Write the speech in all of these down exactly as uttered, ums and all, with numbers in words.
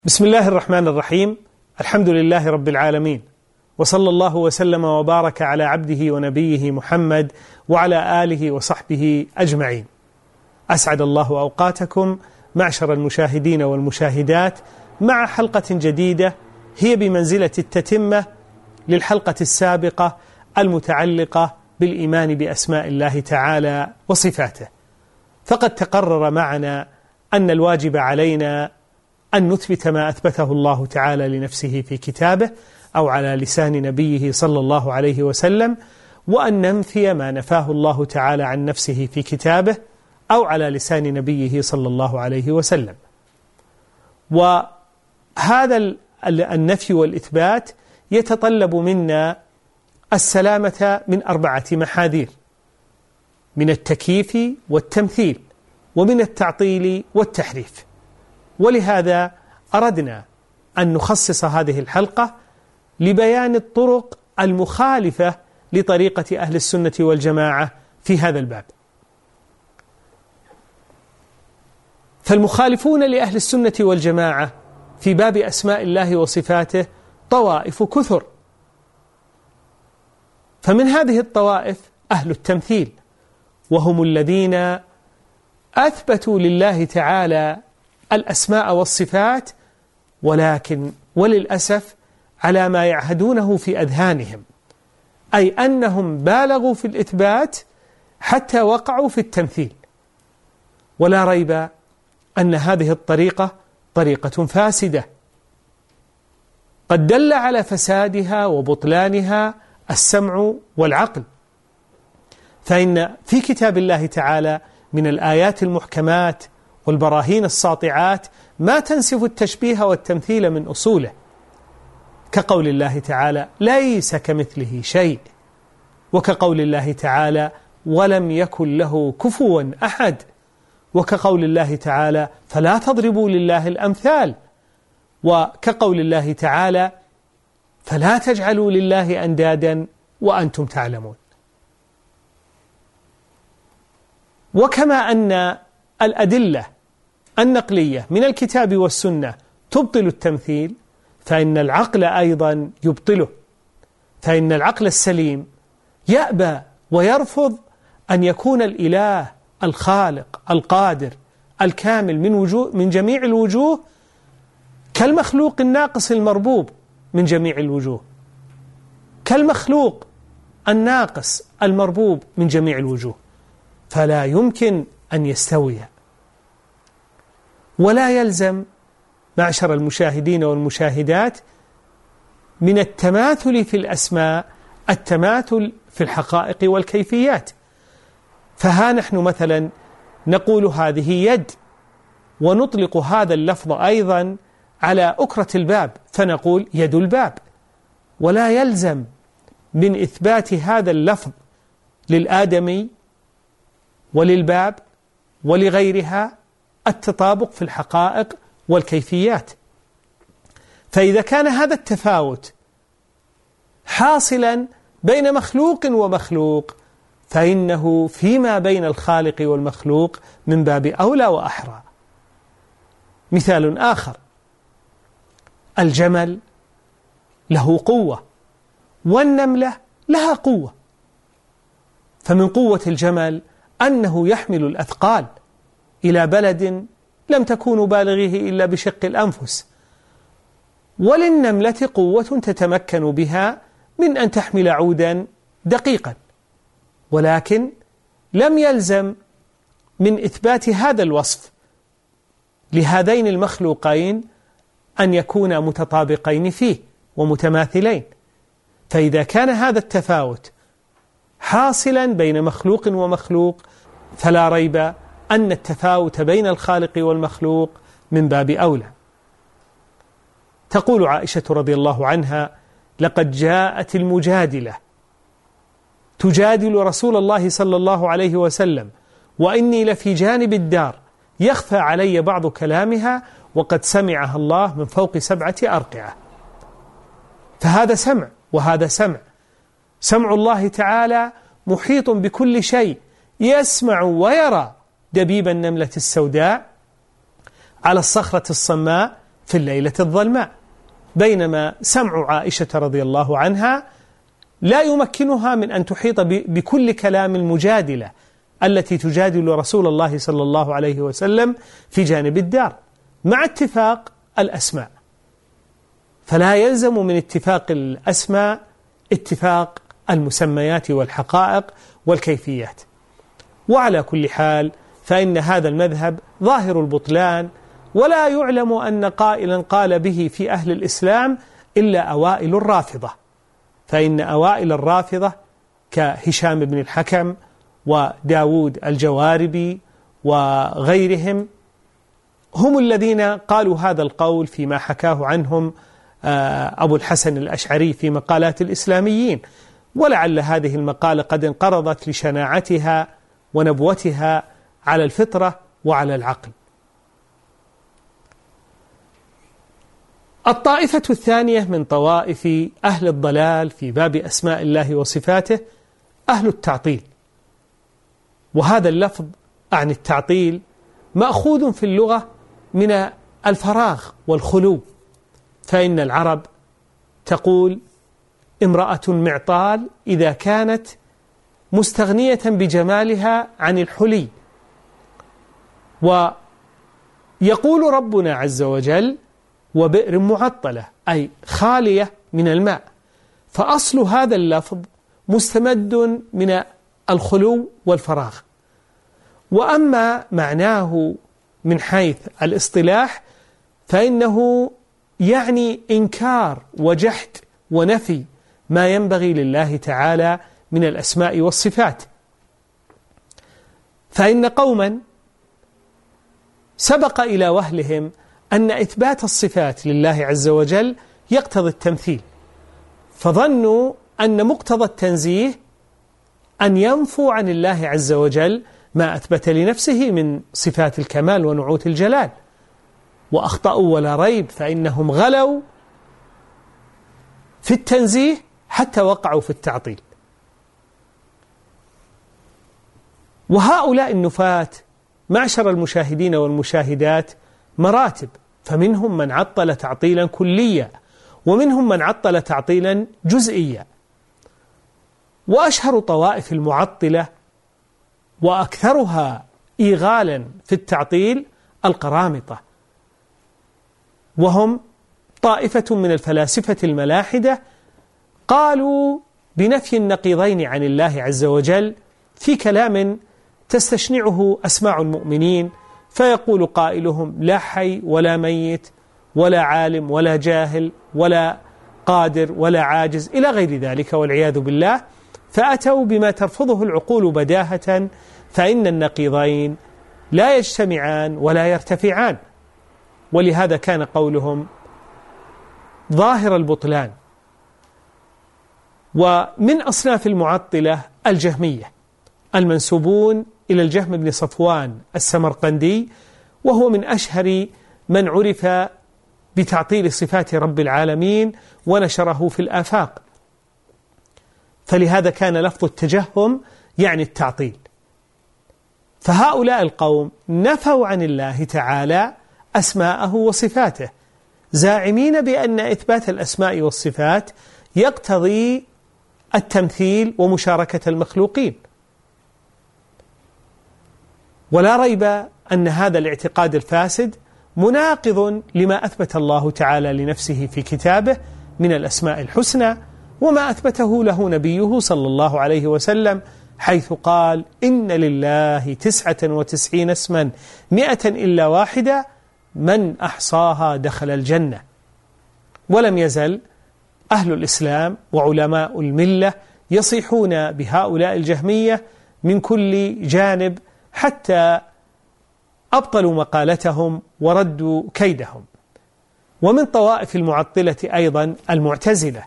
بسم الله الرحمن الرحيم. الحمد لله رب العالمين، وصلى الله وسلم وبارك على عبده ونبيه محمد وعلى آله وصحبه أجمعين. أسعد الله أوقاتكم معشر المشاهدين والمشاهدات مع حلقة جديدة هي بمنزلة التتمة للحلقة السابقة المتعلقة بالإيمان بأسماء الله تعالى وصفاته. فقد تقرر معنا أن الواجب علينا أن نثبت ما أثبته الله تعالى لنفسه في كتابه أو على لسان نبيه صلى الله عليه وسلم، وأن ننفي ما نفاه الله تعالى عن نفسه في كتابه أو على لسان نبيه صلى الله عليه وسلم. وهذا النفي والإثبات يتطلب منا السلامة من أربعة محاذير: من التكييف والتمثيل، ومن التعطيل والتحريف. ولهذا أردنا أن نخصص هذه الحلقة لبيان الطرق المخالفة لطريقة أهل السنة والجماعة في هذا الباب. فالمخالفون لأهل السنة والجماعة في باب أسماء الله وصفاته طوائف كثر. فمن هذه الطوائف أهل التمثيل، وهم الذين أثبتوا لله تعالى الأسماء والصفات، ولكن وللأسف على ما يعهدونه في أذهانهم، أي أنهم بالغوا في الإثبات حتى وقعوا في التمثيل. ولا ريب أن هذه الطريقة طريقة فاسدة، قد دل على فسادها وبطلانها السمع والعقل. فإن في كتاب الله تعالى من الآيات المحكمات والبراهين الساطعات ما تنسف التشبيه والتمثيل من أصوله، كقول الله تعالى: ليس كمثله شيء، وكقول الله تعالى: ولم يكن له كفوا أحد، وكقول الله تعالى: فلا تضربوا لله الأمثال، وكقول الله تعالى: فلا تجعلوا لله أندادا وأنتم تعلمون. وكما أن الأدلة النقلية من الكتاب والسنة تبطل التمثيل، فإن العقل أيضا يبطله. فإن العقل السليم يأبى ويرفض أن يكون الإله الخالق القادر الكامل من وجوه من جميع الوجوه كالمخلوق الناقص المربوب من جميع الوجوه، كالمخلوق الناقص المربوب من جميع الوجوه، فلا يمكن أن يستوي. ولا يلزم معشر المشاهدين والمشاهدات من التماثل في الأسماء التماثل في الحقائق والكيفيات. فها نحن مثلا نقول هذه يد، ونطلق هذا اللفظ أيضا على أكرة الباب فنقول يد الباب. ولا يلزم من إثبات هذا اللفظ للآدمي وللباب ولغيرها التطابق في الحقائق والكيفيات. فإذا كان هذا التفاوت حاصلا بين مخلوق ومخلوق، فإنه فيما بين الخالق والمخلوق من باب أولى وأحرى. مثال آخر: الجمل له قوة والنملة لها قوة، فمن قوة الجمل أنه يحمل الأثقال إلى بلد لم تكونوا بالغيه إلا بشق الأنفس، وللنملة قوة تتمكن بها من أن تحمل عودا دقيقا. ولكن لم يلزم من إثبات هذا الوصف لهذين المخلوقين أن يكونا متطابقين فيه ومتماثلين. فإذا كان هذا التفاوت حاصلا بين مخلوق ومخلوق، فلا ريب أن التفاوت بين الخالق والمخلوق من باب أولى. تقول عائشة رضي الله عنها: لقد جاءت المجادلة تجادل رسول الله صلى الله عليه وسلم وإني لفي جانب الدار يخفى علي بعض كلامها وقد سمعها الله من فوق سبعة أرقعة. فهذا سمع وهذا سمع. سمع الله تعالى محيط بكل شيء، يسمع ويرى دبيب النملة السوداء على الصخرة الصماء في الليلة الظلماء، بينما سمع عائشة رضي الله عنها لا يمكنها من أن تحيط بكل كلام المجادلة التي تجادل رسول الله صلى الله عليه وسلم في جانب الدار، مع اتفاق الأسماء. فلا يلزم من اتفاق الأسماء اتفاق المسميات والحقائق والكيفيات. وعلى كل حال فإن هذا المذهب ظاهر البطلان، ولا يعلم أن قائلا قال به في أهل الإسلام إلا أوائل الرافضة، فإن أوائل الرافضة كهشام بن الحكم وداود الجواربي وغيرهم هم الذين قالوا هذا القول فيما حكاه عنهم أبو الحسن الأشعري في مقالات الإسلاميين، ولعل هذه المقالة قد انقرضت لشناعتها ونبوتها على الفطرة وعلى العقل. الطائفة الثانية من طوائف أهل الضلال في باب أسماء الله وصفاته أهل التعطيل. وهذا اللفظ عن التعطيل مأخوذ في اللغة من الفراغ والخلو، فإن العرب تقول امرأة معطال إذا كانت مستغنية بجمالها عن الحلي. ويقول ربنا عز وجل وبئر معطلة، أي خالية من الماء، فأصل هذا اللفظ مستمد من الخلو والفراغ. وأما معناه من حيث الاصطلاح فإنه يعني إنكار وجحد ونفي ما ينبغي لله تعالى من الأسماء والصفات. فإن قوما سبق إلى وهلهم أن إثبات الصفات لله عز وجل يقتضي التمثيل، فظنوا أن مقتضى التنزيه أن ينفوا عن الله عز وجل ما أثبت لنفسه من صفات الكمال ونعوت الجلال، وأخطأوا ولا ريب، فإنهم غلوا في التنزيه حتى وقعوا في التعطيل. وهؤلاء النفاة معشر المشاهدين والمشاهدات مراتب، فمنهم من عطل تعطيلا كليا، ومنهم من عطل تعطيلا جزئيا. وأشهر طوائف المعطلة وأكثرها إيغالا في التعطيل القرامطة، وهم طائفة من الفلاسفة الملاحدة قالوا بنفي النقيضين عن الله عز وجل في كلام تستشنعه أسماع المؤمنين، فيقول قائلهم لا حي ولا ميت ولا عالم ولا جاهل ولا قادر ولا عاجز إلى غير ذلك والعياذ بالله، فأتوا بما ترفضه العقول بداهة، فإن النقيضين لا يجتمعان ولا يرتفعان. ولهذا كان قولهم ظاهر البطلان. ومن أصناف المعطلة الجهمية المنسوبون إلى الجهم بن صفوان السمرقندي، وهو من أشهر من عرف بتعطيل صفات رب العالمين ونشره في الآفاق، فلهذا كان لفظ التجهم يعني التعطيل. فهؤلاء القوم نفوا عن الله تعالى أسماءه وصفاته، زاعمين بأن إثبات الأسماء والصفات يقتضي التمثيل ومشاركة المخلوقين. ولا ريب أن هذا الاعتقاد الفاسد مناقض لما أثبت الله تعالى لنفسه في كتابه من الأسماء الحسنى، وما أثبته له نبيه صلى الله عليه وسلم، حيث قال إن لله تسعة وتسعين اسما مئة إلا واحدة من أحصاها دخل الجنة. ولم يزل أهل الإسلام وعلماء الملة يصيحون بهؤلاء الجهمية من كل جانب حتى أبطلوا مقالتهم وردوا كيدهم. ومن طوائف المعطلة أيضا المعتزلة،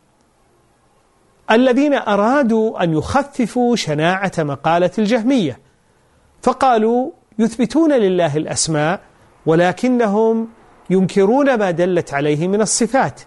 الذين أرادوا أن يخففوا شناعة مقالة الجهمية، فقالوا يثبتون لله الأسماء ولكنهم ينكرون ما دلت عليه من الصفات،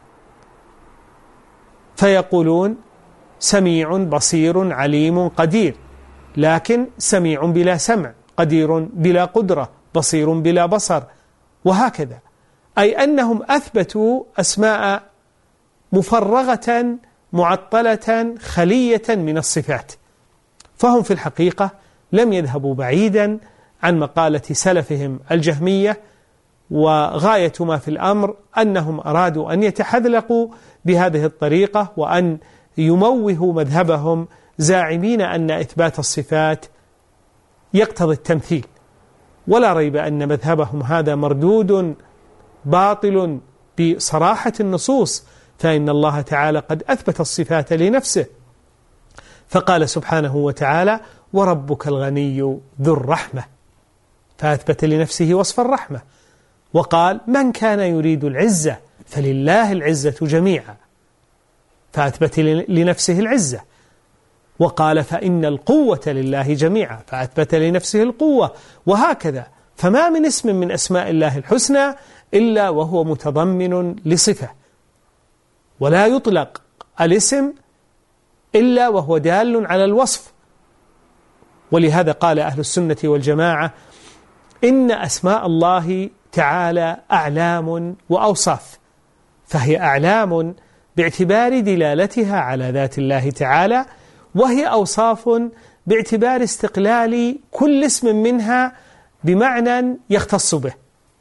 فيقولون سميع بصير عليم قدير، لكن سميع بلا سمع، قدير بلا قدرة، بصير بلا بصر، وهكذا. أي أنهم أثبتوا أسماء مفرغة معطلة خلية من الصفات، فهم في الحقيقة لم يذهبوا بعيدا عن مقالة سلفهم الجهمية، وغاية ما في الأمر أنهم أرادوا أن يتحذلقوا بهذه الطريقة وأن يموهوا مذهبهم زاعمين أن إثبات الصفات يقتضي التمثيل. ولا ريب أن مذهبهم هذا مردود باطل بصراحة النصوص، فإن الله تعالى قد أثبت الصفات لنفسه، فقال سبحانه وتعالى: وربك الغني ذو الرحمة، فأثبت لنفسه وصف الرحمة. وقال: من كان يريد العزة فلله العزة جميعا، فأثبت لنفسه العزة. وقال: فإن القوة لله جميعا، فأثبت لنفسه القوة. وهكذا، فما من اسم من أسماء الله الحسنى إلا وهو متضمن لصفة، ولا يطلق الاسم إلا وهو دال على الوصف. ولهذا قال أهل السنة والجماعة: إن أسماء الله تعالى أعلام وأوصاف، فهي أعلام باعتبار دلالتها على ذات الله تعالى، وهي أوصاف باعتبار استقلال كل اسم منها بمعنى يختص به.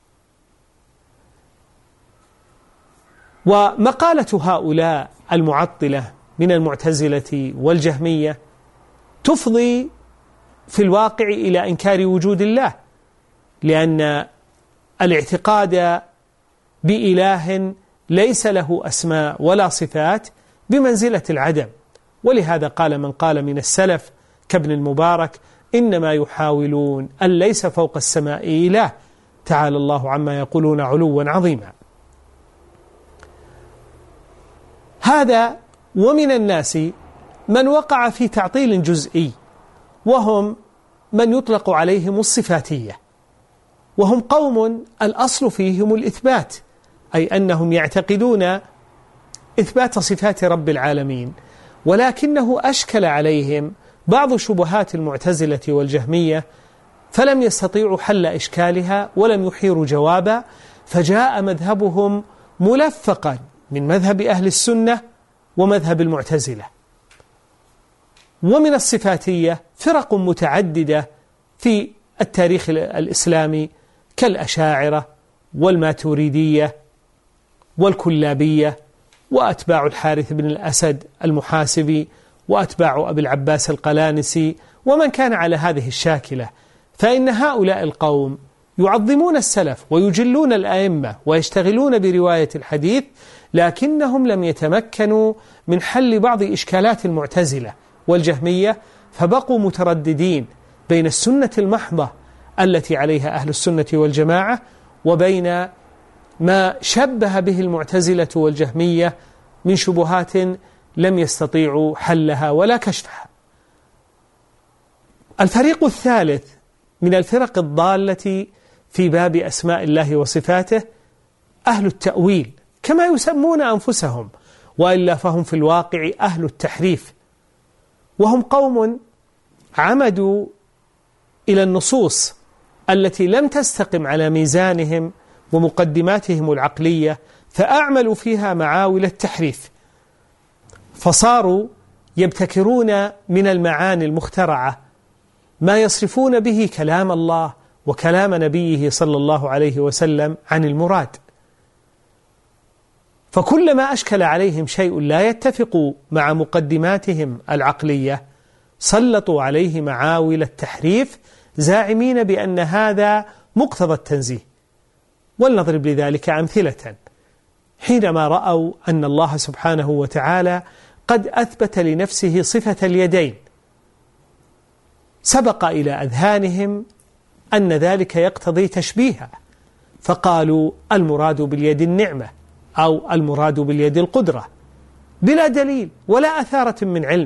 ومقالة هؤلاء المعطلة من المعتزلة والجهمية تفضي في الواقع إلى إنكار وجود الله، لأن الاعتقاد بإله ليس له أسماء ولا صفات بمنزلة العدم. ولهذا قال من قال من السلف كابن المبارك: إنما يحاولون أن ليس فوق السماء إله، تعالى الله عما يقولون علوا عظيما. هذا ومن الناس من وقع في تعطيل جزئي، وهم من يطلق عليهم الصفاتية، وهم قوم الأصل فيهم الإثبات، أي أنهم يعتقدون إثبات صفات رب العالمين، ولكنه أشكل عليهم بعض شبهات المعتزلة والجهمية، فلم يستطيعوا حل إشكالها ولم يحيروا جوابا، فجاء مذهبهم ملفقا من مذهب أهل السنة ومذهب المعتزلة. ومن الصفاتية فرق متعددة في التاريخ الإسلامي كالأشاعرة والماتوريدية والكلابية وأتباع الحارث بن الأسد المحاسبي وأتباع أبي العباس القلانسي ومن كان على هذه الشاكلة. فإن هؤلاء القوم يعظمون السلف ويجلون الأئمة ويشتغلون برواية الحديث، لكنهم لم يتمكنوا من حل بعض إشكالات المعتزلة والجهمية، فبقوا مترددين بين السنة المحضة التي عليها أهل السنة والجماعة وبين ما شبه به المعتزلة والجهمية من شبهات لم يستطيعوا حلها ولا كشفها. الفريق الثالث من الفرق الضالة في باب أسماء الله وصفاته أهل التأويل كما يسمون أنفسهم، وإلا فهم في الواقع أهل التحريف، وهم قوم عمدوا إلى النصوص التي لم تستقم على ميزانهم ومقدماتهم العقلية، فأعملوا فيها معاول التحريف، فصاروا يبتكرون من المعاني المخترعة ما يصرفون به كلام الله وكلام نبيه صلى الله عليه وسلم عن المراد. فكلما أشكل عليهم شيء لا يتفق مع مقدماتهم العقلية سلطوا عليه معاول التحريف، زاعمين بأن هذا مقتضى التنزيه. ولنضرب لذلك أمثلة. حينما رأوا أن الله سبحانه وتعالى قد أثبت لنفسه صفة اليدين، سبق إلى أذهانهم أن ذلك يقتضي تشبيها، فقالوا المراد باليد النعمة أو المراد باليد القدرة، بلا دليل ولا أثارة من علم.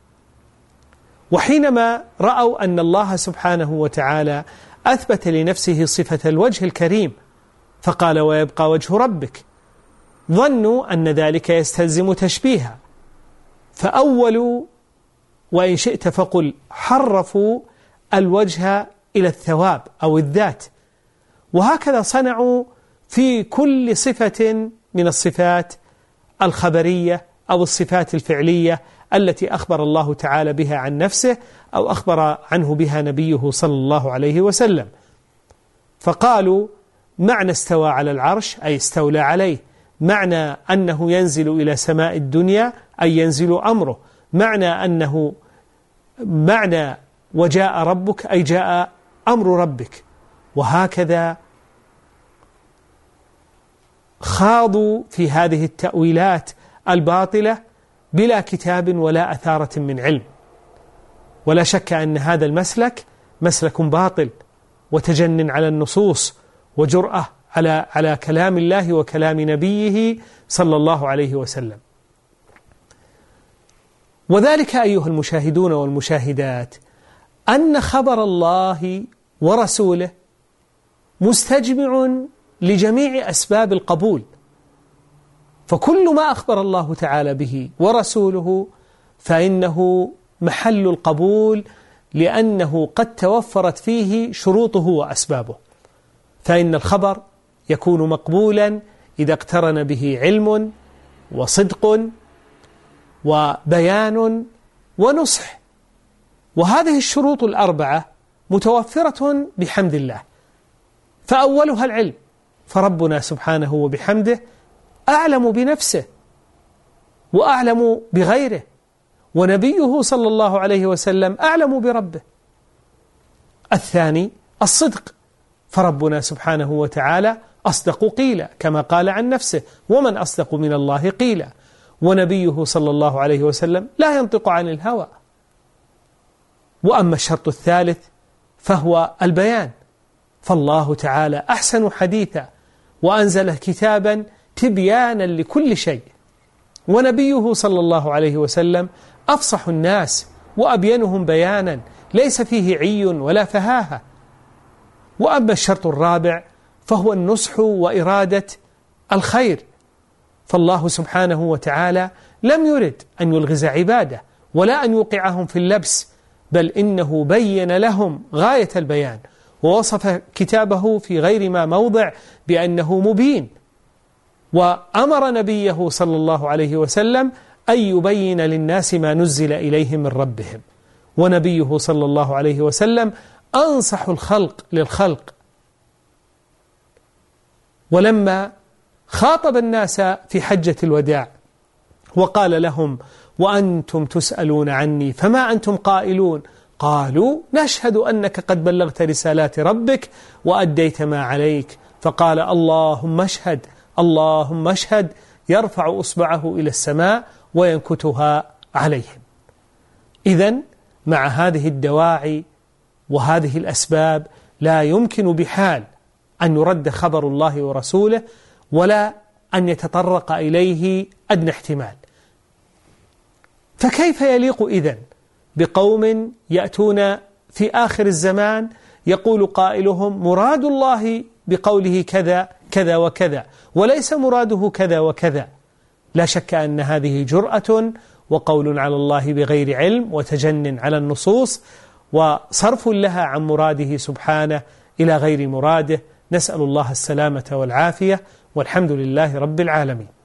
وحينما رأوا أن الله سبحانه وتعالى أثبت لنفسه صفة الوجه الكريم، فقال ويبقى وجه ربك، ظنوا أن ذلك يستلزم تشبيها، فأولوا وإن شئت فقل حرفوا الوجه إلى الثواب أو الذات. وهكذا صنعوا في كل صفة من الصفات الخبرية أو الصفات الفعلية التي أخبر الله تعالى بها عن نفسه أو أخبر عنه بها نبيه صلى الله عليه وسلم. فقالوا معنى استوى على العرش أي استولى عليه، معنى أنه ينزل إلى سماء الدنيا أي ينزل أمره، معنى أنه معنى وجاء ربك أي جاء أمر ربك. وهكذا خاضوا في هذه التأويلات الباطلة بلا كتاب ولا أثارة من علم. ولا شك أن هذا المسلك مسلك باطل وتجن على النصوص وجرأة على على كلام الله وكلام نبيه صلى الله عليه وسلم. وذلك أيها المشاهدون والمشاهدات أن خبر الله ورسوله مستجمع لجميع أسباب القبول، فكل ما أخبر الله تعالى به ورسوله فإنه محل القبول، لأنه قد توفرت فيه شروطه وأسبابه. فإن الخبر يكون مقبولا إذا اقترن به علم وصدق وبيان ونصح، وهذه الشروط الأربعة متوفرة بحمد الله. فأولها العلم، فربنا سبحانه وبحمده أعلم بنفسه وأعلم بغيره، ونبيه صلى الله عليه وسلم أعلم بربه. الثاني الصدق، فربنا سبحانه وتعالى أصدق قيلا كما قال عن نفسه: ومن أصدق من الله قيلا. ونبيه صلى الله عليه وسلم لا ينطق عن الهوى. وأما الشرط الثالث فهو البيان، فالله تعالى أحسن حديثا وأنزل كتابا تبيانا لكل شيء، ونبيه صلى الله عليه وسلم أفصح الناس وأبينهم بيانا ليس فيه عي ولا فهاهة. وأما الشرط الرابع فهو النصح وإرادة الخير، فالله سبحانه وتعالى لم يرد أن يلغز عباده ولا أن يوقعهم في اللبس، بل إنه بين لهم غاية البيان، ووصف كتابه في غير ما موضع بأنه مبين، وأمر نبيه صلى الله عليه وسلم أن يبين للناس ما نزل إليهم من ربهم. ونبيه صلى الله عليه وسلم أنصح الخلق للخلق. ولما خاطب الناس في حجة الوداع وقال لهم: وأنتم تسألون عني فما أنتم قائلون؟ قالوا: نشهد أنك قد بلغت رسالات ربك وأديت ما عليك. فقال: اللهم اشهد اللهم اشهد، يرفع أصبعه إلى السماء وينكتها عليهم. إذن مع هذه الدواعي وهذه الأسباب لا يمكن بحال أن يرد خبر الله ورسوله ولا أن يتطرق إليه أدنى احتمال. فكيف يليق إذن بقوم يأتون في آخر الزمان يقول قائلهم: مراد الله بقوله كذا كذا وكذا وليس مراده كذا وكذا؟ لا شك أن هذه جرأة وقول على الله بغير علم وتجن على النصوص وصرف لها عن مراده سبحانه إلى غير مراده. نسأل الله السلامة والعافية، والحمد لله رب العالمين.